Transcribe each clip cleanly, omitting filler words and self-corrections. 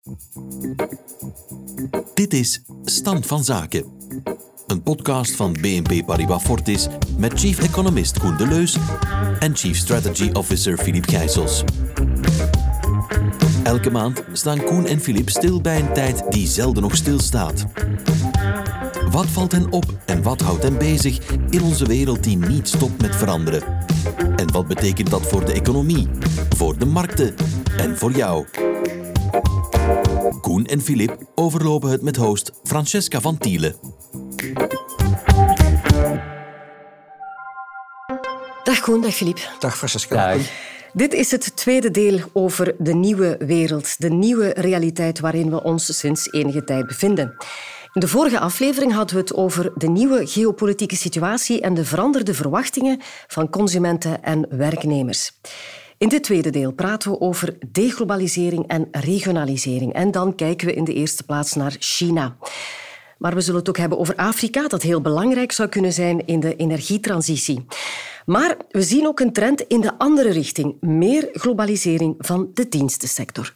Dit is Stand van Zaken. Een podcast van BNP Paribas Fortis met Chief Economist Koen Deleus en Chief Strategy Officer Philippe Gijsels. Elke maand staan Koen en Philippe stil bij een tijd die zelden nog stilstaat. Wat valt hen op en wat houdt hen bezig in onze wereld die niet stopt met veranderen? En wat betekent dat voor de economie, voor de markten en voor jou? Koen en Philippe overlopen het met host Francesca van Tiele. Dag Koen, dag Philippe. Dag Francesca. Dag. Dit is het tweede deel over de nieuwe wereld, de nieuwe realiteit waarin we ons sinds enige tijd bevinden. In de vorige aflevering hadden we het over de nieuwe geopolitieke situatie en de veranderde verwachtingen van consumenten en werknemers. In dit tweede deel praten we over deglobalisering en regionalisering. En dan kijken we in de eerste plaats naar China. Maar we zullen het ook hebben over Afrika, dat heel belangrijk zou kunnen zijn in de energietransitie. Maar we zien ook een trend in de andere richting. Meer globalisering van de dienstensector.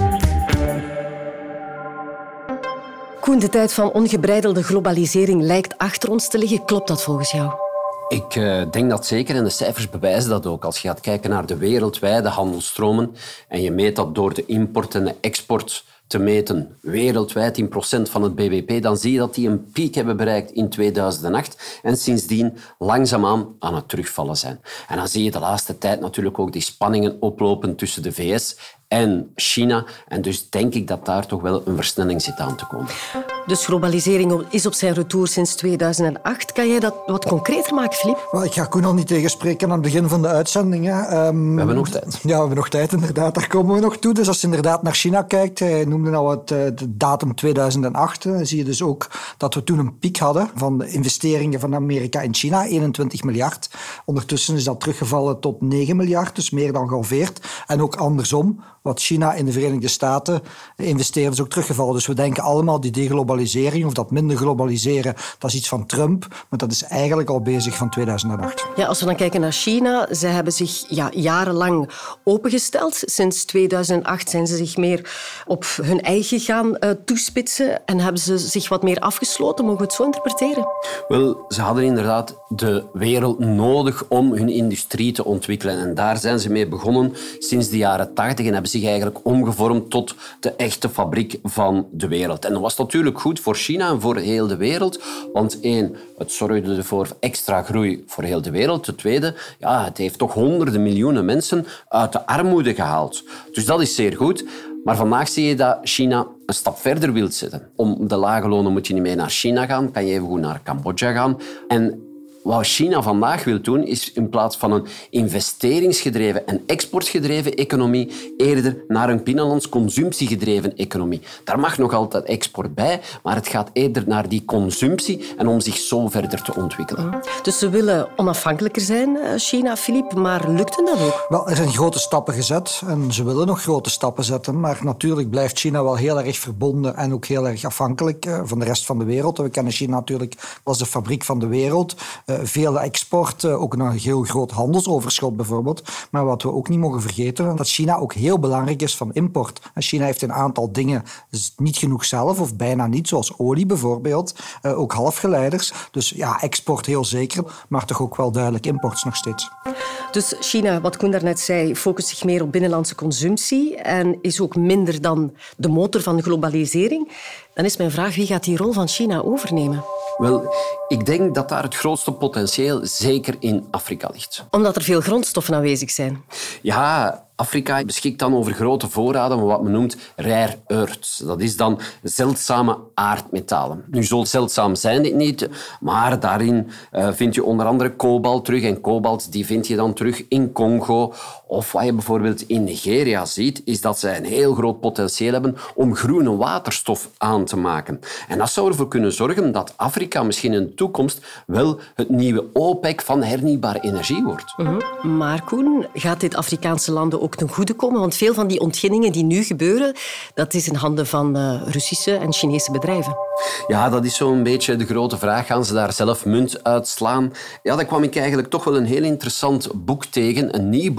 Koen, de tijd van ongebreidelde globalisering lijkt achter ons te liggen. Klopt dat volgens jou? Ik denk dat zeker en de cijfers bewijzen dat ook. Als je gaat kijken naar de wereldwijde handelsstromen en je meet dat door de import en de export te meten wereldwijd in procent van het bbp, dan zie je dat die een piek hebben bereikt in 2008 en sindsdien langzaamaan aan het terugvallen zijn. En dan zie je de laatste tijd natuurlijk ook die spanningen oplopen tussen de VS en China. En dus denk ik dat daar toch wel een versnelling zit aan te komen. Dus globalisering is op zijn retour sinds 2008. Kan jij dat wat concreter maken, Philippe? Well, ik ga Koen al niet tegenspreken aan het begin van de uitzending. We hebben nog tijd. Ja, we hebben nog tijd, inderdaad. Daar komen we nog toe. Dus als je inderdaad naar China kijkt, hij noemde al de datum 2008, zie je dus ook dat we toen een piek hadden van de investeringen van Amerika in China, 21 miljard. Ondertussen is dat teruggevallen tot 9 miljard, dus meer dan gehalveerd. En ook andersom, wat China in de Verenigde Staten investeert, is ook teruggevallen. Dus we denken allemaal die deglobalisering of dat minder globaliseren, dat is iets van Trump, maar dat is eigenlijk al bezig van 2008. Ja, als we dan kijken naar China, ze hebben zich jarenlang opengesteld. Sinds 2008 zijn ze zich meer op hun eigen gaan toespitsen en hebben ze zich wat meer afgesloten. Mogen we het zo interpreteren? Wel, ze hadden inderdaad de wereld nodig om hun industrie te ontwikkelen. En daar zijn ze mee begonnen sinds de jaren 80 en hebben zich eigenlijk omgevormd tot de echte fabriek van de wereld. En dat was natuurlijk goed voor China en voor heel de wereld. Want één, het zorgde ervoor extra groei voor heel de wereld. Ten tweede, het heeft toch honderden miljoenen mensen uit de armoede gehaald. Dus dat is zeer goed. Maar vandaag zie je dat China een stap verder wil zetten. Om de lage lonen moet je niet mee naar China gaan, kan je even goed naar Cambodja gaan. En wat China vandaag wil doen, is in plaats van een investeringsgedreven en exportgedreven economie, eerder naar een binnenlands consumptiegedreven economie. Daar mag nog altijd export bij, maar het gaat eerder naar die consumptie en om zich zo verder te ontwikkelen. Dus ze willen onafhankelijker zijn, China, Philippe, maar lukt dat ook? Wel, er zijn grote stappen gezet en ze willen nog grote stappen zetten, maar natuurlijk blijft China wel heel erg verbonden en ook heel erg afhankelijk van de rest van de wereld. We kennen China natuurlijk als de fabriek van de wereld. Veel export, ook een heel groot handelsoverschot bijvoorbeeld. Maar wat we ook niet mogen vergeten, dat China ook heel belangrijk is van import. China heeft een aantal dingen niet genoeg zelf, of bijna niet, zoals olie bijvoorbeeld. Ook halfgeleiders. Dus ja, export heel zeker, maar toch ook wel duidelijk imports nog steeds. Dus China, wat Koen daarnet zei, focust zich meer op binnenlandse consumptie en is ook minder dan de motor van de globalisering. Dan is mijn vraag, wie gaat die rol van China overnemen? Wel, ik denk dat daar het grootste potentieel zeker in Afrika ligt. Omdat er veel grondstoffen aanwezig zijn. Ja, Afrika beschikt dan over grote voorraden van wat men noemt rare earths. Dat is dan zeldzame aardmetalen. Nu, zo zeldzaam zijn dit niet, maar daarin vind je onder andere kobalt terug. En kobalt die vind je dan terug in Congo. Of wat je bijvoorbeeld in Nigeria ziet, is dat ze een heel groot potentieel hebben om groene waterstof aan te maken. En dat zou ervoor kunnen zorgen dat Afrika misschien in de toekomst wel het nieuwe OPEC van hernieuwbare energie wordt. Maar Koen, gaat dit Afrikaanse landen ook ten goede komen? Want veel van die ontginningen die nu gebeuren, dat is in handen van Russische en Chinese bedrijven. Ja, dat is zo'n beetje de grote vraag. Gaan ze daar zelf munt uitslaan? Ja, daar kwam ik eigenlijk toch wel een heel interessant boek tegen. Een nieuw boek dat werd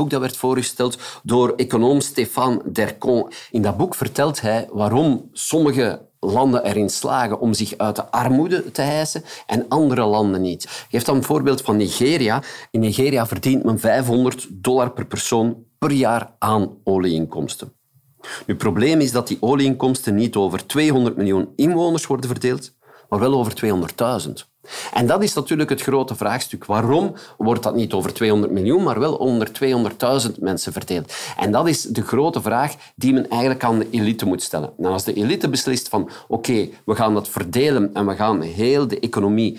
voorgesteld door econoom Stéphane Dercon. In dat boek vertelt hij waarom sommige landen erin slagen om zich uit de armoede te hijsen en andere landen niet. Hij geeft dan een voorbeeld van Nigeria. In Nigeria verdient men $500 per persoon per jaar aan olieinkomsten. Nu, het probleem is dat die olieinkomsten niet over 200 miljoen inwoners worden verdeeld, maar wel over 200.000. En dat is natuurlijk het grote vraagstuk. Waarom wordt dat niet over 200 miljoen, maar wel onder 200.000 mensen verdeeld? En dat is de grote vraag die men eigenlijk aan de elite moet stellen. Nou, als de elite beslist van oké, we gaan dat verdelen en we gaan heel de economie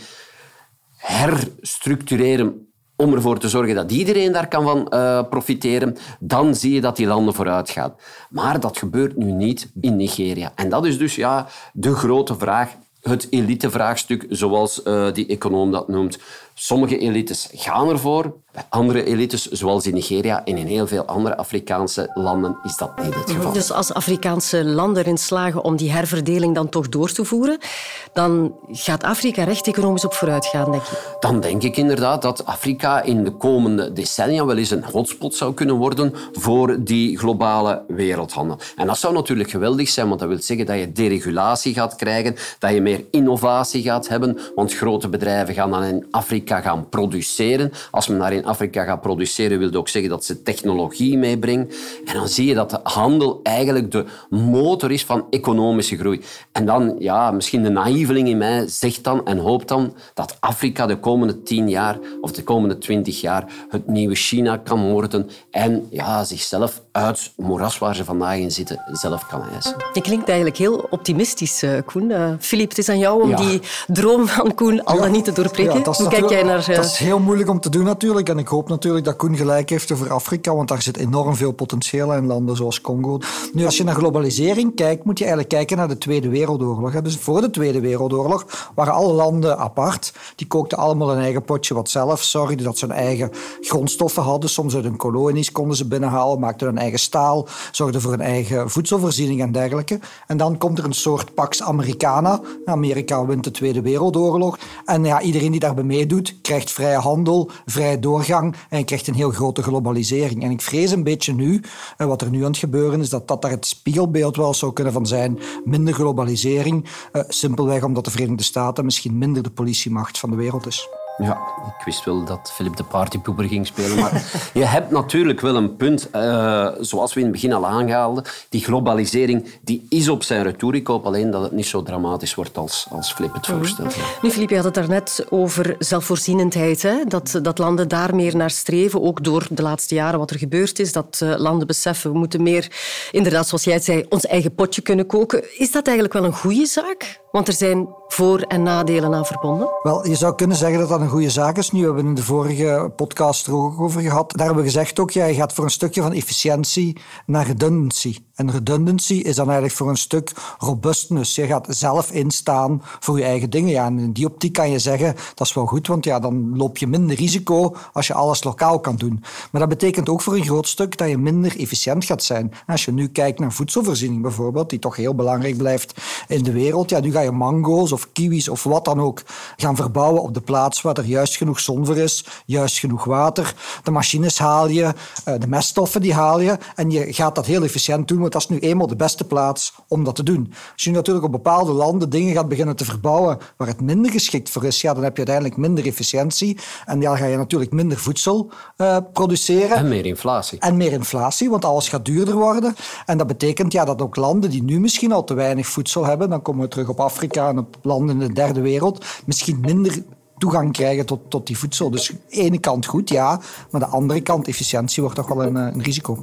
herstructureren om ervoor te zorgen dat iedereen daar kan van profiteren, dan zie je dat die landen vooruit gaan. Maar dat gebeurt nu niet in Nigeria. En dat is dus de grote vraag, het elitevraagstuk, zoals die econoom dat noemt. Sommige elites gaan ervoor, bij andere elites, zoals in Nigeria en in heel veel andere Afrikaanse landen, is dat niet het geval. Dus als Afrikaanse landen erin slagen om die herverdeling dan toch door te voeren, dan gaat Afrika recht economisch op vooruit gaan, denk ik. Dan denk ik inderdaad dat Afrika in de komende decennia wel eens een hotspot zou kunnen worden voor die globale wereldhandel. En dat zou natuurlijk geweldig zijn, want dat wil zeggen dat je deregulatie gaat krijgen, dat je meer innovatie gaat hebben, want grote bedrijven gaan dan in Afrika gaan produceren. Als men daar in Afrika gaat produceren, wil dat ook zeggen dat ze technologie meebrengen. En dan zie je dat de handel eigenlijk de motor is van economische groei. En dan, misschien de naïveling in mij zegt dan en hoopt dan dat Afrika de komende 10 jaar of de komende 20 jaar het nieuwe China kan worden en zichzelf uit het moeras waar ze vandaag in zitten zelf kan eisen. Je klinkt eigenlijk heel optimistisch, Koen. Philippe, het is aan jou om die droom van Koen al dan niet te doorprikken. Hoe kijk jij naar... Dat is heel moeilijk om te doen natuurlijk. En ik hoop natuurlijk dat Koen gelijk heeft over Afrika, want daar zit enorm veel potentieel in landen zoals Congo. Nu, als je naar globalisering kijkt, moet je eigenlijk kijken naar de Tweede Wereldoorlog. Dus voor de Tweede Wereldoorlog waren alle landen apart. Die kookten allemaal een eigen potje wat zelf, zorgden dat ze hun eigen grondstoffen hadden. Soms uit hun kolonies konden ze binnenhalen, maakten hun eigen staal, zorgden voor hun eigen voedselvoorziening en dergelijke. En dan komt er een soort Pax Americana. Amerika wint de Tweede Wereldoorlog. En iedereen die daarbij meedoet, krijgt vrije handel, vrije doorgang en je krijgt een heel grote globalisering. En ik vrees een beetje nu, wat er nu aan het gebeuren is, dat daar het spiegelbeeld wel zou kunnen van zijn. Minder globalisering, simpelweg omdat de Verenigde Staten misschien minder de politiemacht van de wereld is. Ja, ik wist wel dat Philippe de partypoeper ging spelen, maar je hebt natuurlijk wel een punt, zoals we in het begin al aangehaalden, die globalisering die is op zijn retour. Ik hoop alleen dat het niet zo dramatisch wordt als Philippe het voorstelt. Ja. Nu, Philippe, je had het daarnet over zelfvoorzienendheid, hè? Dat landen daar meer naar streven, ook door de laatste jaren wat er gebeurd is, dat landen beseffen, we moeten meer, inderdaad, zoals jij het zei, ons eigen potje kunnen koken. Is dat eigenlijk wel een goede zaak? Want er zijn voor- en nadelen aan verbonden. Wel, je zou kunnen zeggen dat dat een goede zaak is. Nu hebben we in de vorige podcast er ook over gehad. Daar hebben we gezegd ook, je gaat voor een stukje van efficiëntie naar redundancy. En redundancy is dan eigenlijk voor een stuk robustness. Je gaat zelf instaan voor je eigen dingen. Ja, en in die optiek kan je zeggen, dat is wel goed, want dan loop je minder risico als je alles lokaal kan doen. Maar dat betekent ook voor een groot stuk dat je minder efficiënt gaat zijn. Als je nu kijkt naar voedselvoorziening bijvoorbeeld, die toch heel belangrijk blijft in de wereld, nu ga je mango's of kiwis of wat dan ook gaan verbouwen op de plaats waar er juist genoeg zon voor is, juist genoeg water. De machines haal je, de meststoffen die haal je en je gaat dat heel efficiënt doen, want dat is nu eenmaal de beste plaats om dat te doen. Als je natuurlijk op bepaalde landen dingen gaat beginnen te verbouwen waar het minder geschikt voor is, dan heb je uiteindelijk minder efficiëntie en dan ga je natuurlijk minder voedsel produceren. En meer inflatie. En meer inflatie, want alles gaat duurder worden. En dat betekent dat ook landen die nu misschien al te weinig voedsel hebben, dan komen we terug op Afrika en op landen in de derde wereld, misschien minder toegang krijgen tot die voedsel. Dus aan de ene kant goed, ja, maar de andere kant, efficiëntie, wordt toch wel een risico.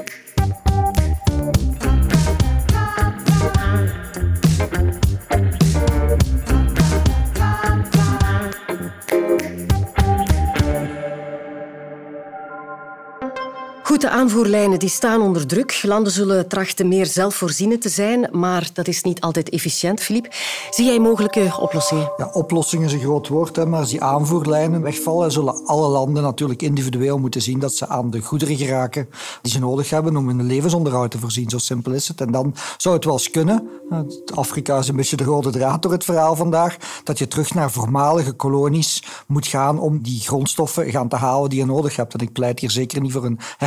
Goed, de aanvoerlijnen die staan onder druk. Landen zullen trachten meer zelfvoorzienend te zijn, maar dat is niet altijd efficiënt, Philippe. Zie jij mogelijke oplossingen? Ja, oplossing is een groot woord, maar als die aanvoerlijnen wegvallen, zullen alle landen natuurlijk individueel moeten zien dat ze aan de goederen geraken die ze nodig hebben om hun levensonderhoud te voorzien. Zo simpel is het. En dan zou het wel eens kunnen, Afrika is een beetje de rode draad door het verhaal vandaag, dat je terug naar voormalige kolonies moet gaan om die grondstoffen gaan te halen die je nodig hebt. En ik pleit hier zeker niet voor een herkolonialisering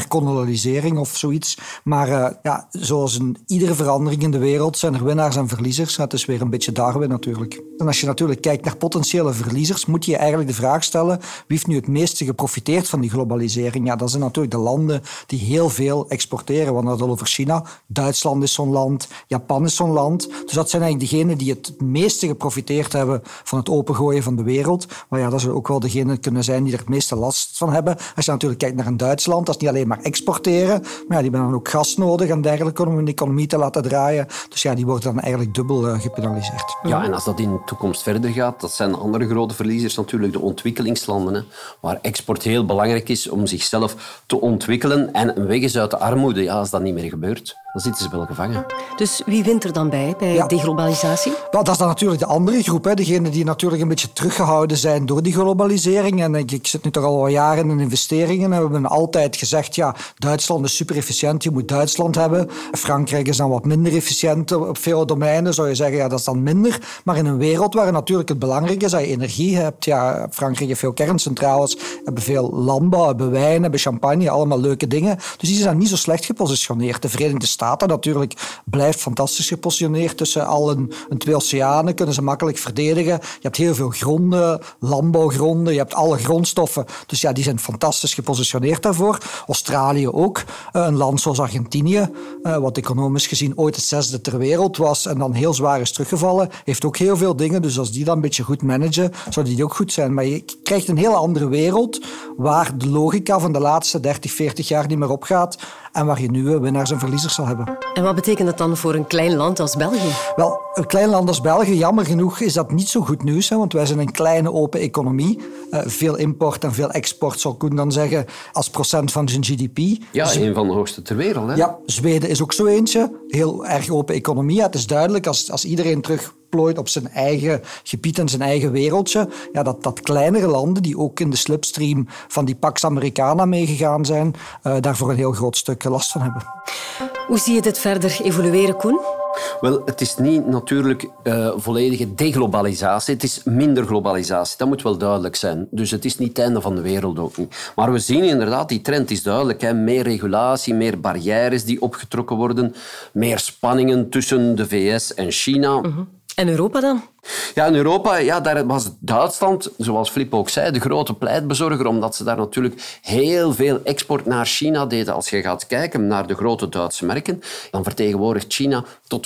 globalisering of zoiets. Maar zoals in iedere verandering in de wereld zijn er winnaars en verliezers. Het is weer een beetje Darwin natuurlijk. En als je natuurlijk kijkt naar potentiële verliezers, moet je je eigenlijk de vraag stellen, wie heeft nu het meeste geprofiteerd van die globalisering? Ja, dat zijn natuurlijk de landen die heel veel exporteren. We hadden het al over China. Duitsland is zo'n land. Japan is zo'n land. Dus dat zijn eigenlijk degenen die het meeste geprofiteerd hebben van het opengooien van de wereld. Maar ja, dat zullen ook wel degenen kunnen zijn die er het meeste last van hebben. Als je natuurlijk kijkt naar een Duitsland, dat is niet alleen maar exporteren, maar die hebben dan ook gas nodig en dergelijke om hun economie te laten draaien. Dus ja, die worden dan eigenlijk dubbel gepenaliseerd. Ja, en als dat in de toekomst verder gaat, dat zijn andere grote verliezers natuurlijk de ontwikkelingslanden, hè, waar export heel belangrijk is om zichzelf te ontwikkelen. En een weg is uit de armoede. Ja, als dat niet meer gebeurt, dan zitten ze wel gevangen. Dus wie wint er dan bij deglobalisatie? Dat is dan natuurlijk de andere groep. Hè. Degenen die natuurlijk een beetje teruggehouden zijn door die globalisering. En ik zit nu toch al wat jaren in investeringen. En we hebben altijd gezegd, ja, Duitsland is super efficiënt, je moet Duitsland hebben. Frankrijk is dan wat minder efficiënt op veel domeinen. Zou je zeggen, ja, dat is dan minder. Maar in een wereld waar natuurlijk het belangrijk is dat je energie hebt. Ja, Frankrijk heeft veel kerncentrales, hebben veel landbouw, hebben wijn, hebben champagne, allemaal leuke dingen. Dus die zijn niet zo slecht gepositioneerd. De Verenigde Staten natuurlijk blijft fantastisch gepositioneerd tussen al een 2 oceanen, kunnen ze makkelijk verdedigen. Je hebt heel veel gronden, landbouwgronden, je hebt alle grondstoffen. Dus ja, die zijn fantastisch gepositioneerd daarvoor. Australië ook. Een land zoals Argentinië, wat economisch gezien ooit het 6e ter wereld was en dan heel zwaar is teruggevallen, heeft ook heel veel dingen. Dus als die dan een beetje goed managen, zouden die ook goed zijn. Maar je krijgt een hele andere wereld waar de logica van de laatste 30, 40 jaar niet meer opgaat en waar je nieuwe winnaars en verliezers zal hebben. En wat betekent dat dan voor een klein land als België? Wel, een klein land als België, jammer genoeg, is dat niet zo goed nieuws. Hè, want wij zijn een kleine open economie. Veel import en veel export, zou Koen dan zeggen, als procent van zijn GDP. Ja, een van de hoogste ter wereld. Hè? Ja, Zweden is ook zo eentje. Heel erg open economie. Ja, het is duidelijk, als iedereen terugplooit op zijn eigen gebied en zijn eigen wereldje, ja, dat kleinere landen, die ook in de slipstream van die Pax Americana meegegaan zijn, daarvoor een heel groot stuk last van hebben. Hoe zie je dit verder evolueren, Koen? Wel, het is niet natuurlijk volledige deglobalisatie. Het is minder globalisatie. Dat moet wel duidelijk zijn. Dus het is niet het einde van de wereld ook niet. Maar we zien inderdaad, die trend is duidelijk. Hè. Meer regulatie, meer barrières die opgetrokken worden. Meer spanningen tussen de VS en China. En Europa dan? Ja, in Europa, ja, daar was Duitsland, zoals Filip ook zei, de grote pleitbezorger, omdat ze daar natuurlijk heel veel export naar China deden. Als je gaat kijken naar de grote Duitse merken, dan vertegenwoordigt China tot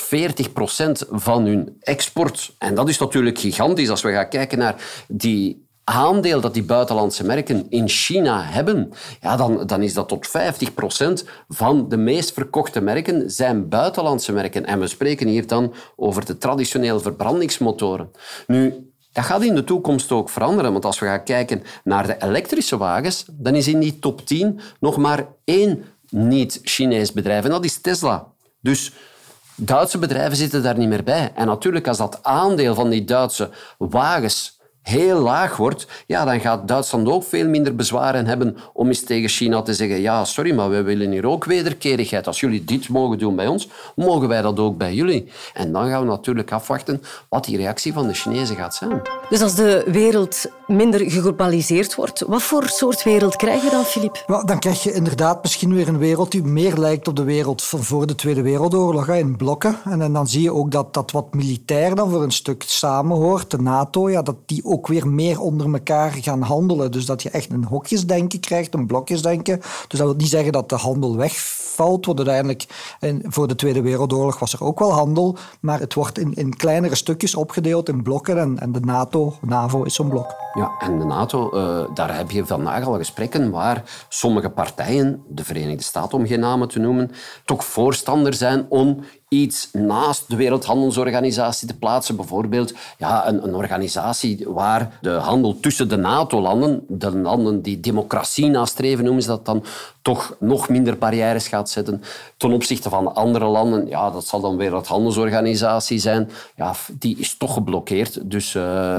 40% van hun export. En dat is natuurlijk gigantisch als we gaan kijken naar die aandeel dat die buitenlandse merken in China hebben, ja, dan is dat tot 50% van de meest verkochte merken zijn buitenlandse merken. En we spreken hier dan over de traditionele verbrandingsmotoren. Nu, dat gaat in de toekomst ook veranderen, want als we gaan kijken naar de elektrische wagens, dan is in die top 10 nog maar 1 niet-Chinees bedrijf, en dat is Tesla. Dus Duitse bedrijven zitten daar niet meer bij. En natuurlijk, als dat aandeel van die Duitse wagens heel laag wordt, ja, dan gaat Duitsland ook veel minder bezwaren hebben om eens tegen China te zeggen, ja, sorry, maar wij willen hier ook wederkerigheid. Als jullie dit mogen doen bij ons, mogen wij dat ook bij jullie. En dan gaan we natuurlijk afwachten wat die reactie van de Chinezen gaat zijn. Dus als de wereld minder geglobaliseerd wordt, wat voor soort wereld krijg je dan, Filip? Well, dan krijg je inderdaad misschien weer een wereld die meer lijkt op de wereld van voor de Tweede Wereldoorlog, in blokken. En dan zie je ook dat wat militair dan voor een stuk samenhoort, de NATO, ja, dat die ook weer meer onder elkaar gaan handelen. Dus dat je echt een hokjesdenken krijgt, een blokjesdenken. Dus dat wil niet zeggen dat de handel wegvalt. Want uiteindelijk, voor de Tweede Wereldoorlog was er ook wel handel, maar het wordt in kleinere stukjes opgedeeld in blokken en de NAVO is zo'n blok. Ja, en de NATO, daar heb je vandaag al gesprekken waar sommige partijen, de Verenigde Staten om geen namen te noemen, toch voorstander zijn om iets naast de Wereldhandelsorganisatie te plaatsen. Bijvoorbeeld een organisatie waar de handel tussen de NATO-landen, de landen die democratie nastreven, noemen ze dat dan, toch nog minder barrières gaat zetten ten opzichte van andere landen. Ja, dat zal dan Wereldhandelsorganisatie zijn. Ja, die is toch geblokkeerd. Dus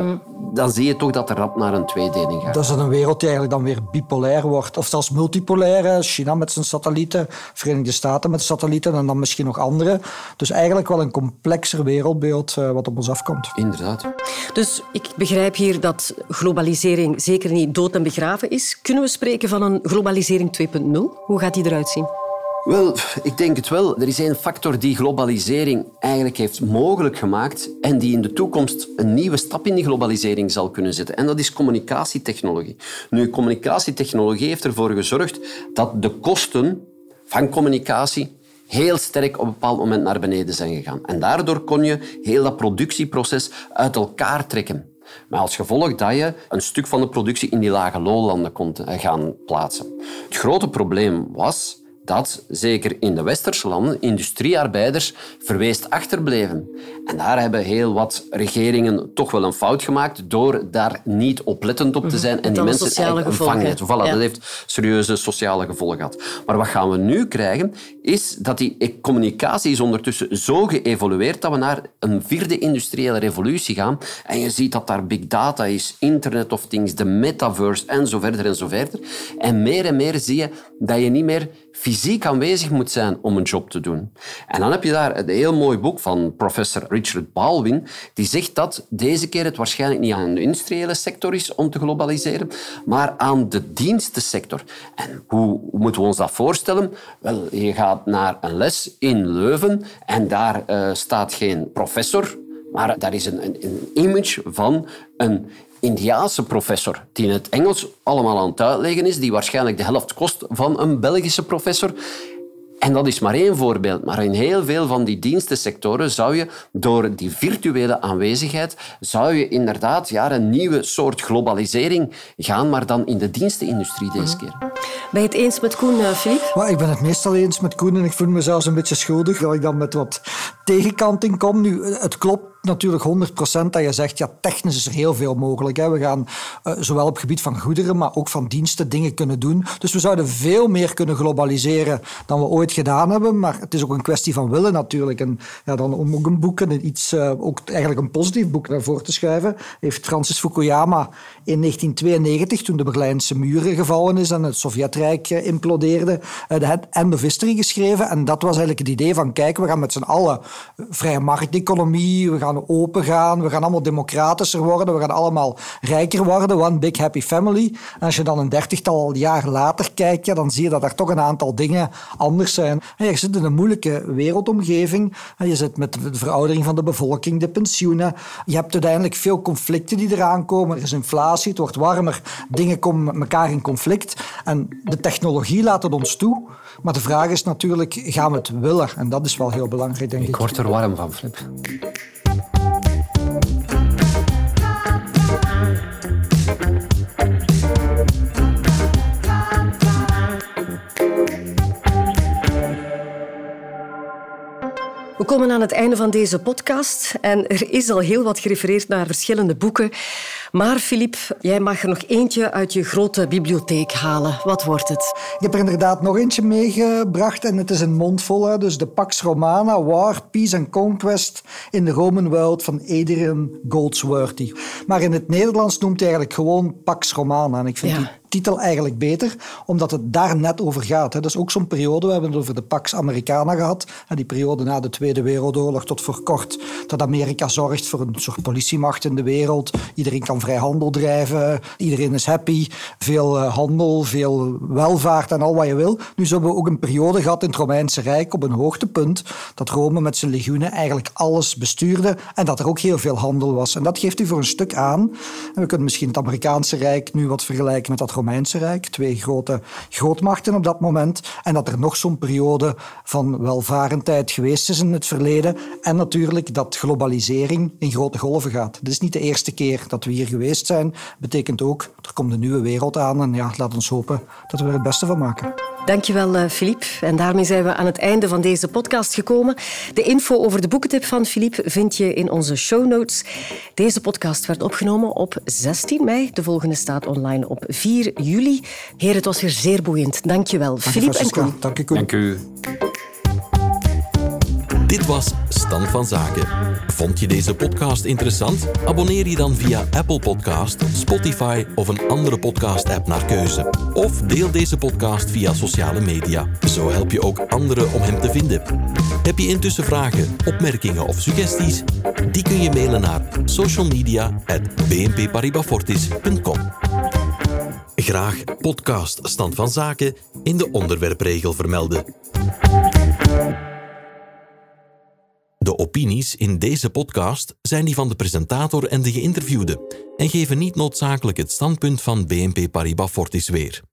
dan zie je toch dat de rap naar een tweedeling gaat. Dat is een wereld die eigenlijk dan weer bipolair wordt. Of zelfs multipolair. China met zijn satellieten, Verenigde Staten met satellieten en dan misschien nog andere. Dus eigenlijk wel een complexer wereldbeeld wat op ons afkomt. Inderdaad. Dus ik begrijp hier dat globalisering zeker niet dood en begraven is. Kunnen we spreken van een globalisering 2.0? Hoe gaat die eruit zien? Wel, ik denk het wel. Er is één factor die globalisering eigenlijk heeft mogelijk gemaakt en die in de toekomst een nieuwe stap in die globalisering zal kunnen zetten. En dat is communicatietechnologie. Nu, communicatietechnologie heeft ervoor gezorgd dat de kosten van communicatie heel sterk op een bepaald moment naar beneden zijn gegaan. En daardoor kon je heel dat productieproces uit elkaar trekken. Maar als gevolg dat je een stuk van de productie in die lage lolanden kon gaan plaatsen. Het grote probleem was dat, zeker in de westerse landen, industriearbeiders verweest achterbleven. En daar hebben heel wat regeringen toch wel een fout gemaakt door daar niet oplettend op te zijn en die mensen eigenlijk vangen. Voilà, dat heeft serieuze sociale gevolgen gehad. Maar wat gaan we nu krijgen, is dat die communicatie is ondertussen zo geëvolueerd dat we naar een 4e industriële revolutie gaan. En je ziet dat daar big data is, Internet of Things, de metaverse en zo verder en zo verder. En meer zie je dat je niet meer fysiek aanwezig moet zijn om een job te doen. En dan heb je daar een heel mooi boek van professor Richard Baldwin, die zegt dat deze keer het waarschijnlijk niet aan de industriële sector is om te globaliseren, maar aan de dienstensector. En hoe moeten we ons dat voorstellen? Wel, je gaat naar een les in Leuven en daar staat geen professor, maar daar is een image van een Indiaanse professor die in het Engels allemaal aan het uitleggen is, die waarschijnlijk de helft kost van een Belgische professor. En dat is maar één voorbeeld. Maar in heel veel van die dienstensectoren zou je door die virtuele aanwezigheid zou je inderdaad een nieuwe soort globalisering gaan, maar dan in de dienstenindustrie deze keer. Ben je het eens met Koen, Philippe? Maar ik ben het meestal eens met Koen en ik voel me zelfs een beetje schuldig dat ik dan met wat tegenkanting kom. Nu, het klopt natuurlijk 100% dat je zegt, technisch is er heel veel mogelijk. Hè. We gaan zowel op het gebied van goederen, maar ook van diensten dingen kunnen doen. Dus we zouden veel meer kunnen globaliseren dan we ooit gedaan hebben. Maar het is ook een kwestie van willen natuurlijk. En dan om ook een boek, ook eigenlijk een positief boek naar voren te schrijven, heeft Francis Fukuyama in 1992, toen de Berlijnse muur gevallen is en het Sovjetrijk implodeerde, de End of History geschreven. En dat was eigenlijk het idee van, kijk, we gaan met z'n allen vrije markteconomie, we gaan open gaan, we gaan allemaal democratischer worden, we gaan allemaal rijker worden, one big happy family. En als je dan een 30-tal jaar later kijkt, dan zie je dat er toch een aantal dingen anders zijn. En je zit in een moeilijke wereldomgeving, en je zit met de veroudering van de bevolking, de pensioenen. Je hebt uiteindelijk veel conflicten die eraan komen. Er is inflatie, het wordt warmer, dingen komen met elkaar in conflict. En de technologie laat het ons toe. Maar de vraag is natuurlijk, gaan we het willen? En dat is wel heel belangrijk, denk ik. Ik word er warm van, Flip. We komen aan het einde van deze podcast en er is al heel wat gerefereerd naar verschillende boeken. Maar Philippe, jij mag er nog eentje uit je grote bibliotheek halen. Wat wordt het? Ik heb er inderdaad nog eentje meegebracht en het is een mondvol. Hè. Dus de Pax Romana, War, Peace and Conquest in the Roman World van Adrian Goldsworthy. Maar in het Nederlands noemt hij eigenlijk gewoon Pax Romana. En ik vind die titel eigenlijk beter, omdat het daar net over gaat. Dat is ook zo'n periode, we hebben het over de Pax Americana gehad, die periode na de Tweede Wereldoorlog tot voor kort, dat Amerika zorgt voor een soort politiemacht in de wereld. Iedereen kan vrij handel drijven, iedereen is happy, veel handel, veel welvaart en al wat je wil. Nu hebben we ook een periode gehad in het Romeinse Rijk op een hoogtepunt, dat Rome met zijn legioenen eigenlijk alles bestuurde en dat er ook heel veel handel was. En dat geeft u voor een stuk aan. En we kunnen misschien het Amerikaanse Rijk nu wat vergelijken met dat Romeinse Rijk, 2 grote grootmachten op dat moment. En dat er nog zo'n periode van welvarendheid geweest is in het verleden. En natuurlijk dat globalisering in grote golven gaat. Dit is niet de eerste keer dat we hier geweest zijn. Betekent ook, er komt een nieuwe wereld aan. En laat ons hopen dat we er het beste van maken. Dankjewel, Philippe. En daarmee zijn we aan het einde van deze podcast gekomen. De info over de boekentip van Philippe vind je in onze show notes. Deze podcast werd opgenomen op 16 mei. De volgende staat online op 4 juli. Heer, het was weer zeer boeiend. Dankjewel, Philippe en Koen. Dank je, Koen. Dank u. Dit was Stand van Zaken. Vond je deze podcast interessant? Abonneer je dan via Apple Podcast, Spotify of een andere podcast-app naar keuze. Of deel deze podcast via sociale media. Zo help je ook anderen om hem te vinden. Heb je intussen vragen, opmerkingen of suggesties? Die kun je mailen naar socialmedia@bnpparibafortis.com. Graag podcast Stand van Zaken in de onderwerpregel vermelden. De opinies in deze podcast zijn die van de presentator en de geïnterviewde en geven niet noodzakelijk het standpunt van BNP Paribas Fortis weer.